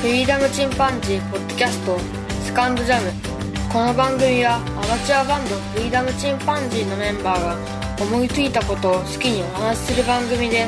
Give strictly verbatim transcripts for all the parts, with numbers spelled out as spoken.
フリーダムチンパンジーポッドキャストセカンドジャム。この番組はアマチュアバンドフリーダムチンパンジーのメンバーが思いついたことを好きにお話しする番組です。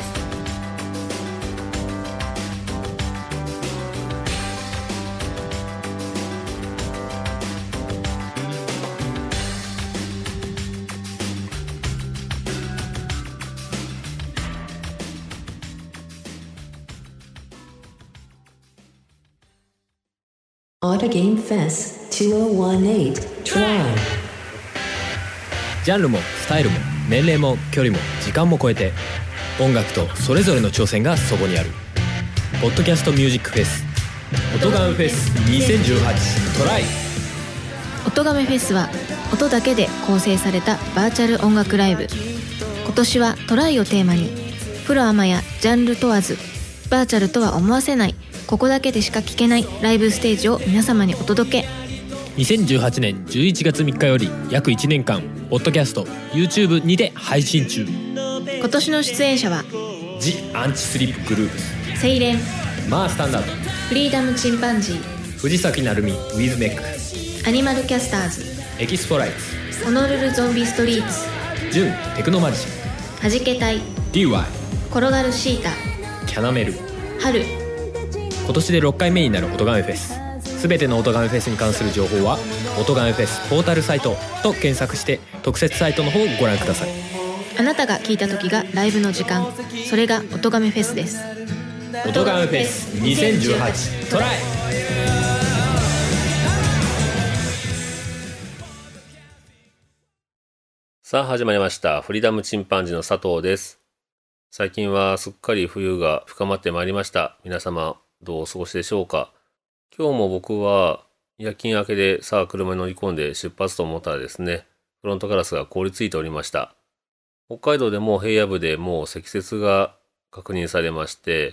Auto Game Fest にせんじゅうはち Try。 ジャンルもスタイルも年齢も距離も時間も超えて音楽とそれぞれの挑戦がそこにあるポッドキャストミュージックフェス音ガメフェスにせんじゅうはちトライ。 音ガメフェスは音だけで構成されたバーチャル音楽ライブ。今年はトライをテーマにプロアマやジャンル問わずバーチャルとは思わせないここだけでしか聴けないライブステージを皆様にお届け。 にせんじゅうはちねんじゅういちがつみっかより約いちねんかんポッドキャスト YouTube にて配信中。 今年の出演者はジ・アンチスリップグループス、 セイレン、 マースタンダード、 フリーダムチンパンジー、 藤崎鳴海ウィズメック、 アニマルキャスターズ、 エキスポライツ、 ホノルルゾンビストリーツ、 ジュンテクノマジシャン、 はじけたい、 ディーワイ、 転がるシータ、 キャナメル。 春。 今年でろっかいめになる音ガメフェス。すべての音ガメフェスに関する情報は音ガメフェスポータルサイトと検索して特設サイトの方をご覧ください。 あなたが聴いた時がライブの時間、それが音ガメフェスです。 音ガメフェスにせんじゅうはちトライ。 さあ始まりました。フリーダムチンパンジーの佐藤です。最近はすっかり冬が深まってまいりました。皆様どうお過ごしでしょうか。今日も僕は夜勤明けでさあ車に乗り込んで出発と思ったらですね、フロントガラスが凍りついておりました。北海道でも平野部でもう積雪が確認されまして、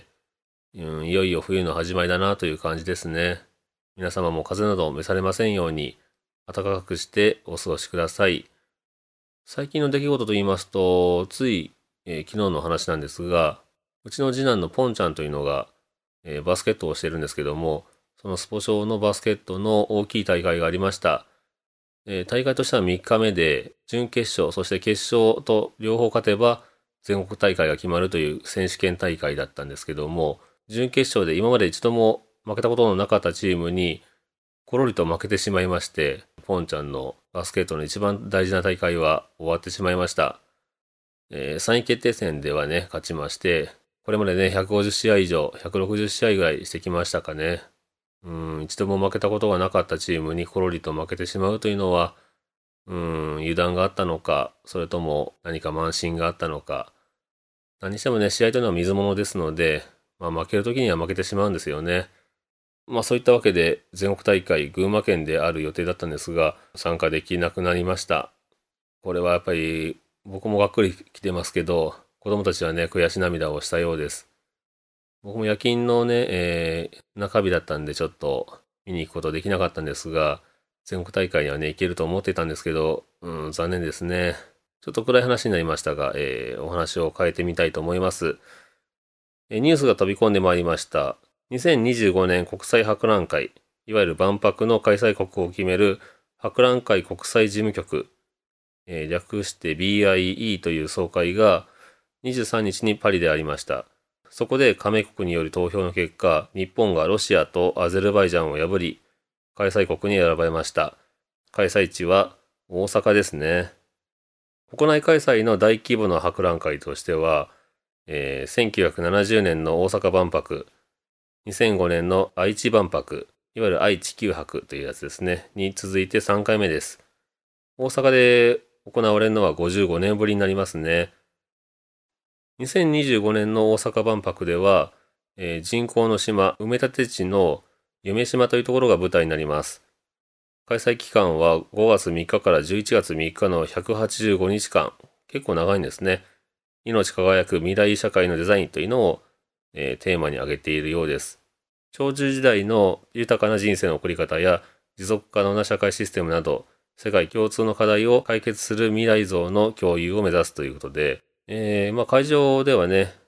うん、いよいよ冬の始まりだなという感じですね。皆様も風邪など召されませんように暖かくしてお過ごしください。最近の出来事と言いますと、つい、えー、昨日の話なんですが、うちの次男のポンちゃんというのが、えー、バスケットをしてるんですけども、そのスポ少のバスケットの大きい大会がありました。えー、大会としてはみっかめで、準決勝、そして決勝と両方勝てば全国大会が決まるという選手権大会だったんですけども、準決勝で今まで一度も負けたことのなかったチームにコロリと負けてしまいまして、ポンちゃんのバスケットの一番大事な大会は終わってしまいました。えー、さんい決定戦ではね、勝ちまして、これまでね、ひゃくごじゅうしあい以上、ひゃくろくじゅうしあいぐらいしてきましたかね。うん、一度も負けたことがなかったチームにコロリと負けてしまうというのは、うん、油断があったのか、それとも何か慢心があったのか。何にしてもね、試合というのは水物ですので、まあ負けるときには負けてしまうんですよね。まあそういったわけで、全国大会、群馬県である予定だったんですが、参加できなくなりました。これはやっぱり、僕もがっくり来てますけど、子供たちはね、悔し涙をしたようです。僕も夜勤のね、えー、中日だったんでちょっと見に行くことできなかったんですが、全国大会にはね、行けると思っていたんですけど、うん、残念ですね。ちょっと暗い話になりましたが、えー、お話を変えてみたいと思います。えー、ニュースが飛び込んでまいりました。にせんにじゅうごねん国際博覧会、いわゆる万博の開催国を決める博覧会国際事務局、えー、略して ビーアイイー という総会がにじゅうさんにちにパリでありました。そこで加盟国による投票の結果、日本がロシアとアゼルバイジャンを破り、開催国に選ばれました。開催地は大阪ですね。国内開催の大規模な博覧会としては、えー、せんきゅうひゃくななじゅうねんの大阪万博、にせんごねんの愛知万博、いわゆる愛・地球博というやつですね、に続いてさんかいめです。大阪で行われるのはごじゅうごねんぶりになりますね。にせんにじゅうごねんの大阪万博では、えー、人工の島、埋め立て地の夢島というところが舞台になります。開催期間はごがつみっかからじゅういちがつみっかのひゃくはちじゅうごにちかん。結構長いんですね。命輝く未来社会のデザインというのを、えー、テーマに挙げているようです。長寿時代の豊かな人生の送り方や持続可能な社会システムなど、世界共通の課題を解決する未来像の共有を目指すということで、えー、まあ会場ではね、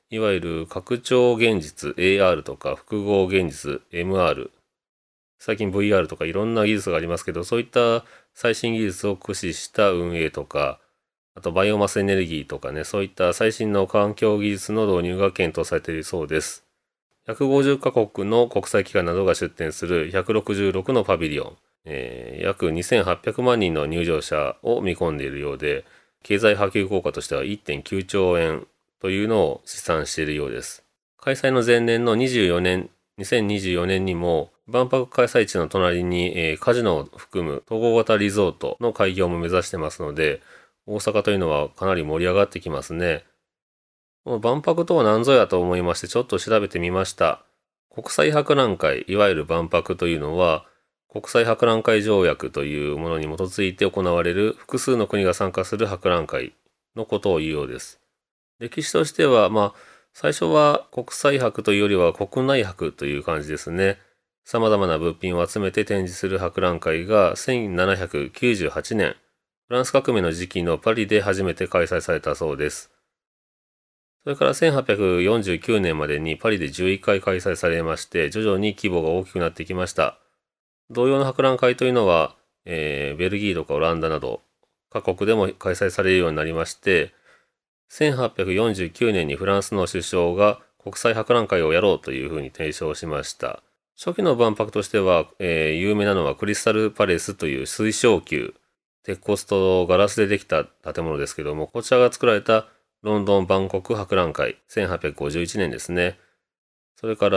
いわゆる拡張現実 エーアール とか複合現実 エムアール、最近 ブイアール とかいろんな技術がありますけど、そういった最新技術を駆使した運営とか、あとバイオマスエネルギーとかね、そういった最新の環境技術の導入が検討されているそうです。ひゃくごじゅっかこくの国際機関などが出展するひゃくろくじゅうろくのパビリオン、えー、約にせんはっぴゃくまんにんの入場者を見込んでいるようで、経済波及効果としては いってんきゅうちょうえんというのを試算しているようです。開催の前年のにじゅうよねん、にせんにじゅうよねんにも万博開催地の隣に、えー、カジノを含む統合型リゾートの開業も目指してますので、大阪というのはかなり盛り上がってきますね。この万博とは何ぞやと思いましてちょっと調べてみました。国際博覧会、いわゆる万博というのは、国際博覧会条約というものに基づいて行われる複数の国が参加する博覧会のことを言うようです。歴史としては、まあ、最初は国際博というよりは国内博という感じですね。様々な物品を集めて展示する博覧会がせんななひゃくきゅうじゅうはちねん、フランス革命の時期のパリで初めて開催されたそうです。それからせんはっぴゃくよんじゅうきゅうねんまでにパリでじゅういっかい開催されまして、徐々に規模が大きくなってきました。同様の博覧会というのは、えー、ベルギーとかオランダなど各国でも開催されるようになりまして、せんはっぴゃくよんじゅうきゅうねんにフランスの首相が国際博覧会をやろうというふうに提唱しました。初期の万博としては、えー、有名なのはクリスタルパレスという水晶球、鉄骨とガラスでできた建物ですけども、こちらが作られたロンドン万国博覧会、せんはっぴゃくごじゅういちねんですね。それから、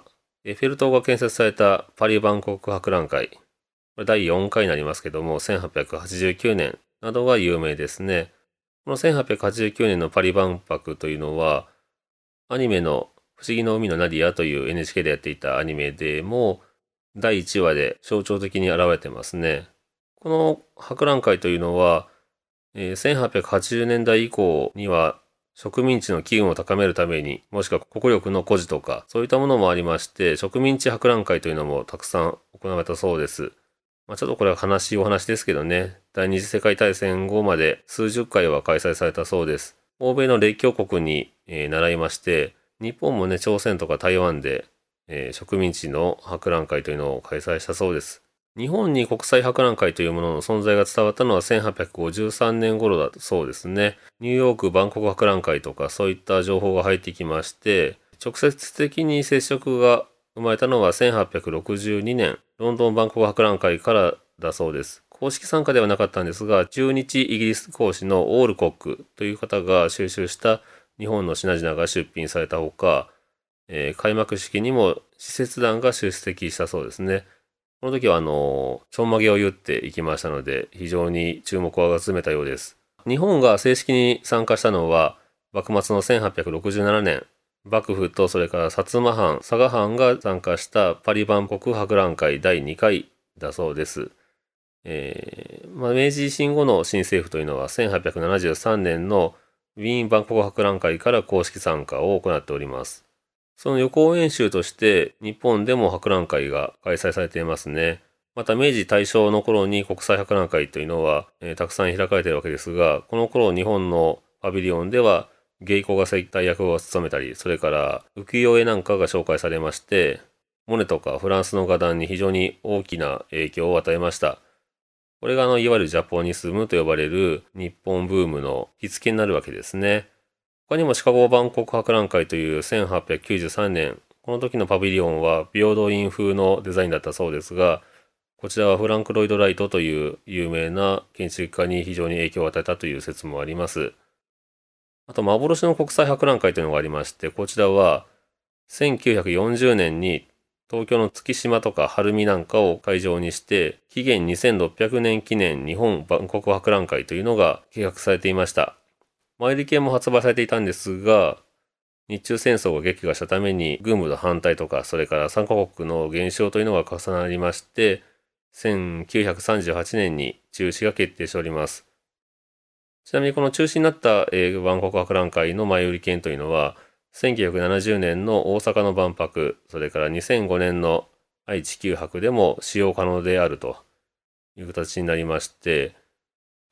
エッフェル塔が建設されたパリ万国博覧会、これだいよんかいになりますけども、せんはっぴゃくはちじゅうきゅうねんなどが有名ですね。このせんはっぴゃくはちじゅうきゅうねんのパリ万博というのは、アニメの不思議の海のナディアという エヌエイチケー でやっていたアニメでも、だいいちわで象徴的に現れてますね。この博覧会というのは、えー、せんはっぴゃくはちじゅうねんだい以降には植民地の機運を高めるために、もしくは国力の誇示とか、そういったものもありまして、植民地博覧会というのもたくさん行われたそうです。まあ、ちょっとこれは悲しいお話ですけどね、第二次世界大戦後まで数十回は開催されたそうです。欧米の列強国に、えー、習いまして、日本もね、朝鮮とか台湾で、えー、植民地の博覧会というのを開催したそうです。日本に国際博覧会というものの存在が伝わったのはせんはっぴゃくごじゅうさんねん頃だそうですね。ニューヨーク万国博覧会とかそういった情報が入ってきまして、直接的に接触が生まれたのはせんはっぴゃくろくじゅうにねん、ロンドン万国博覧会からだそうです。公式参加ではなかったんですが、駐日イギリス公使のオールコックという方が収集した日本の品々が出品されたほか、えー、開幕式にも使節団が出席したそうですね。この時はあの、ちょんまげを言っていきましたので、非常に注目を集めたようです。日本が正式に参加したのは、幕末のせんはっぴゃくろくじゅうななねん、幕府とそれから薩摩藩、佐賀藩が参加したパリ万国博覧会だいにかいだそうです。えーまあ、明治維新後の新政府というのはせんはっぴゃくななじゅうさんねんのウィーン万国博覧会から公式参加を行っております。その予行演習として日本でも博覧会が開催されていますね。また明治大正の頃に国際博覧会というのは、えー、たくさん開かれているわけですが、この頃日本のパビリオンでは芸妓が接待役を務めたり、それから浮世絵なんかが紹介されまして、モネとかフランスの画壇に非常に大きな影響を与えました。これがあのいわゆるジャポニスムと呼ばれる日本ブームの火付けになるわけですね。他にもシカゴ万国博覧会というせんはっぴゃくきゅうじゅうさんねん、この時のパビリオンは平等院風のデザインだったそうですが、こちらはフランク・ロイド・ライトという有名な建築家に非常に影響を与えたという説もあります。あと幻の国際博覧会というのがありまして、こちらはせんきゅうひゃくよんじゅうねんに東京の月島とか晴海なんかを会場にして、紀元にせんろっぴゃくねん記念日本万国博覧会というのが計画されていました。前売り券も発売されていたんですが、日中戦争が激化したために軍部の反対とか、それから参加国の減少というのが重なりまして、せんきゅうひゃくさんじゅうはちねんに中止が決定しております。ちなみにこの中止になった、えー、万国博覧会の前売り券というのは、せんきゅうひゃくななじゅうねんの大阪の万博、それからにせんごねんの愛・地球博でも使用可能であるという形になりまして、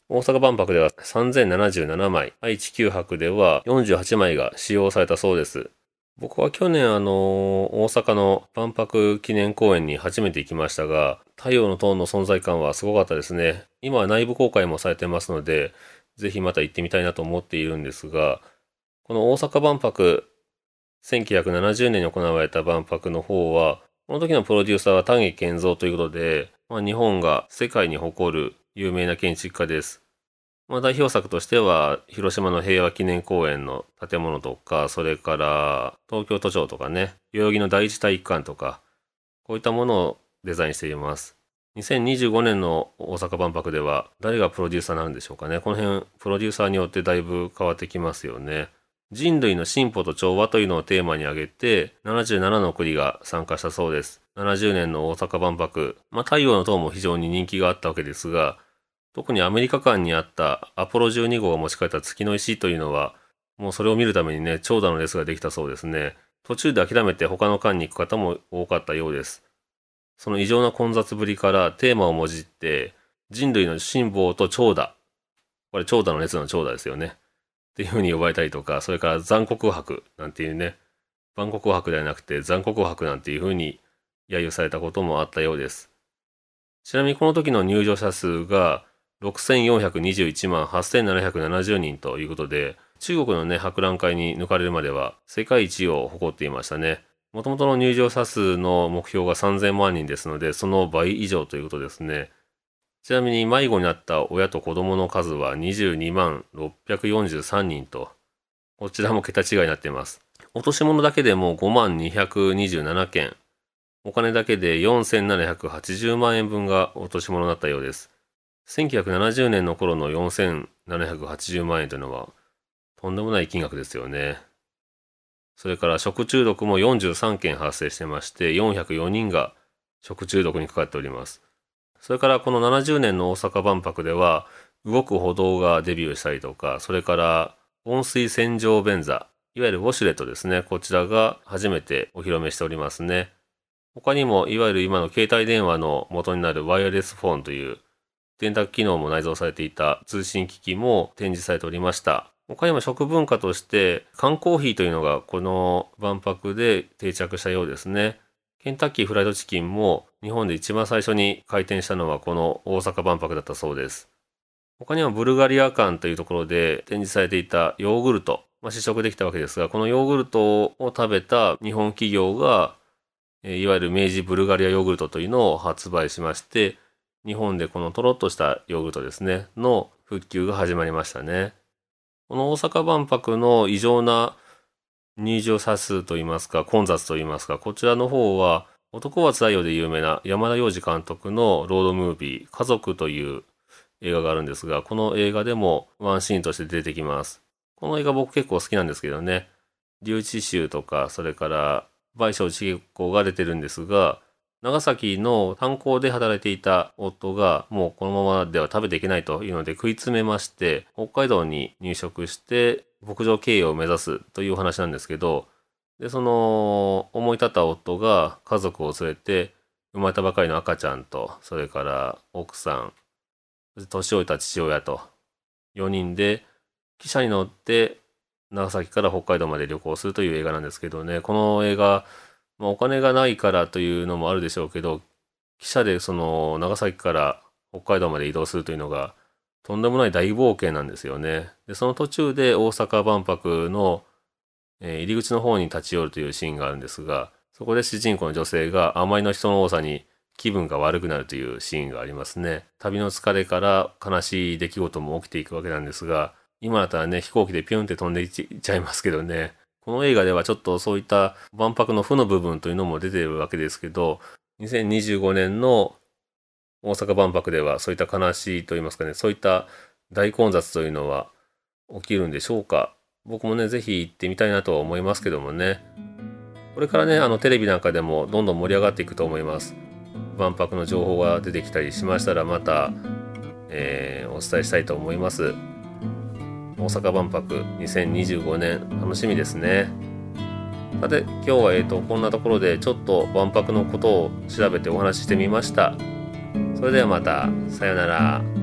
大阪万博ではさんぜんななじゅうななまい、愛知きゅうはくではよんじゅうはちまいが使用されたそうです。僕は去年あの大阪の万博記念公園に初めて行きましたが、太陽の塔の存在感はすごかったですね。今は内部公開もされてますので、ぜひまた行ってみたいなと思っているんですが、この大阪万博、せんきゅうひゃくななじゅうねんに行われた万博の方は、この時のプロデューサーは丹下健三ということで、まあ、日本が世界に誇る有名な建築家です。まあ、代表作としては、広島の平和記念公園の建物とか、それから東京都庁とかね、代々木の第一体育館とか、こういったものをデザインしています。にせんにじゅうごねんの大阪万博では、誰がプロデューサーなんでしょうかね。この辺、プロデューサーによってだいぶ変わってきますよね。人類の進歩と調和というのをテーマに挙げて、ななじゅうななの国が参加したそうです。ななじゅうねんの大阪万博、まあ、太陽の塔も非常に人気があったわけですが、特にアメリカ館にあったアポロじゅうにごうが持ち帰った月の石というのは、もうそれを見るためにね、長蛇の列ができたそうですね。途中で諦めて他の館に行く方も多かったようです。その異常な混雑ぶりからテーマをもじって、人類の辛抱と長蛇。これ長蛇の列の長蛇ですよね。っていう風に呼ばれたりとか、それから残酷博なんていうね、万国博ではなくて残酷博なんていう風に揶揄されたこともあったようです。ちなみにこの時の入場者数が、ろくせんよんひゃくにじゅういちまんはっせんななひゃくななじゅうにんということで、中国のね、博覧会に抜かれるまでは世界一を誇っていましたね。もともとの入場者数の目標がさんぜんまんにんですので、その倍以上ということですね。ちなみに迷子になった親と子供の数はにじゅうにまんろっぴゃくよんじゅうさんにんと、こちらも桁違いになっています。落とし物だけでもごまんにひゃくにじゅうななけん、お金だけでよんせんななひゃくはちじゅうまんえんぶんが落とし物だったようです。せんきゅうひゃくななじゅうねんの頃のよんせんななひゃくはちじゅうまんえんというのはとんでもない金額ですよね。それから食中毒もよんじゅうさんけん発生してまして、よんひゃくよにんが食中毒にかかっております。それからこのななじゅうねんの大阪万博では動く歩道がデビューしたりとか、それから温水洗浄便座、いわゆるウォシュレットですね、こちらが初めてお披露目しておりますね。他にもいわゆる今の携帯電話の元になるワイヤレスフォンという電卓機能も内蔵されていた通信機器も展示されておりました。他にも食文化として缶コーヒーというのがこの万博で定着したようですね。ケンタッキーフライドチキンも日本で一番最初に開店したのはこの大阪万博だったそうです。他にはブルガリア館というところで展示されていたヨーグルト、まあ、試食できたわけですが、このヨーグルトを食べた日本企業がいわゆる明治ブルガリアヨーグルトというのを発売しまして、日本でこのとろっとしたヨーグルトですね、の復旧が始まりましたね。この大阪万博の異常な入場者数といいますか、混雑といいますか、こちらの方は、男はつらいよで有名な山田洋次監督のロードムービー、家族という映画があるんですが、この映画でもワンシーンとして出てきます。この映画僕結構好きなんですけどね、留置囚とか、それから倍賞千恵子が出てるんですが、長崎の炭鉱で働いていた夫がもうこのままでは食べていけないというので食い詰めまして、北海道に入植して牧場経営を目指すというお話なんですけど、でその思い立った夫が家族を連れて生まれたばかりの赤ちゃんと、それから奥さん、年老いた父親とよにんで汽車に乗って長崎から北海道まで旅行するという映画なんですけどね、この映画まあ、お金がないからというのもあるでしょうけど、汽車でその長崎から北海道まで移動するというのがとんでもない大冒険なんですよね。で、その途中で大阪万博の入り口の方に立ち寄るというシーンがあるんですが、そこで主人公の女性があまりの人の多さに気分が悪くなるというシーンがありますね。旅の疲れから悲しい出来事も起きていくわけなんですが、今だったらね、飛行機でピュンって飛んでいっちゃいますけどね。この映画ではちょっとそういった万博の負の部分というのも出ているわけですけど、にせんにじゅうごねんの大阪万博ではそういった悲しいといいますかね、そういった大混雑というのは起きるんでしょうか。僕もね、ぜひ行ってみたいなとは思いますけどもね。これからね、あのテレビなんかでもどんどん盛り上がっていくと思います。万博の情報が出てきたりしましたらまた、えー、お伝えしたいと思います。大阪万博にせんにじゅうごねん楽しみですね。さて今日はえーとこんなところでちょっと万博のことを調べてお話ししてみました。それではまた、さよなら。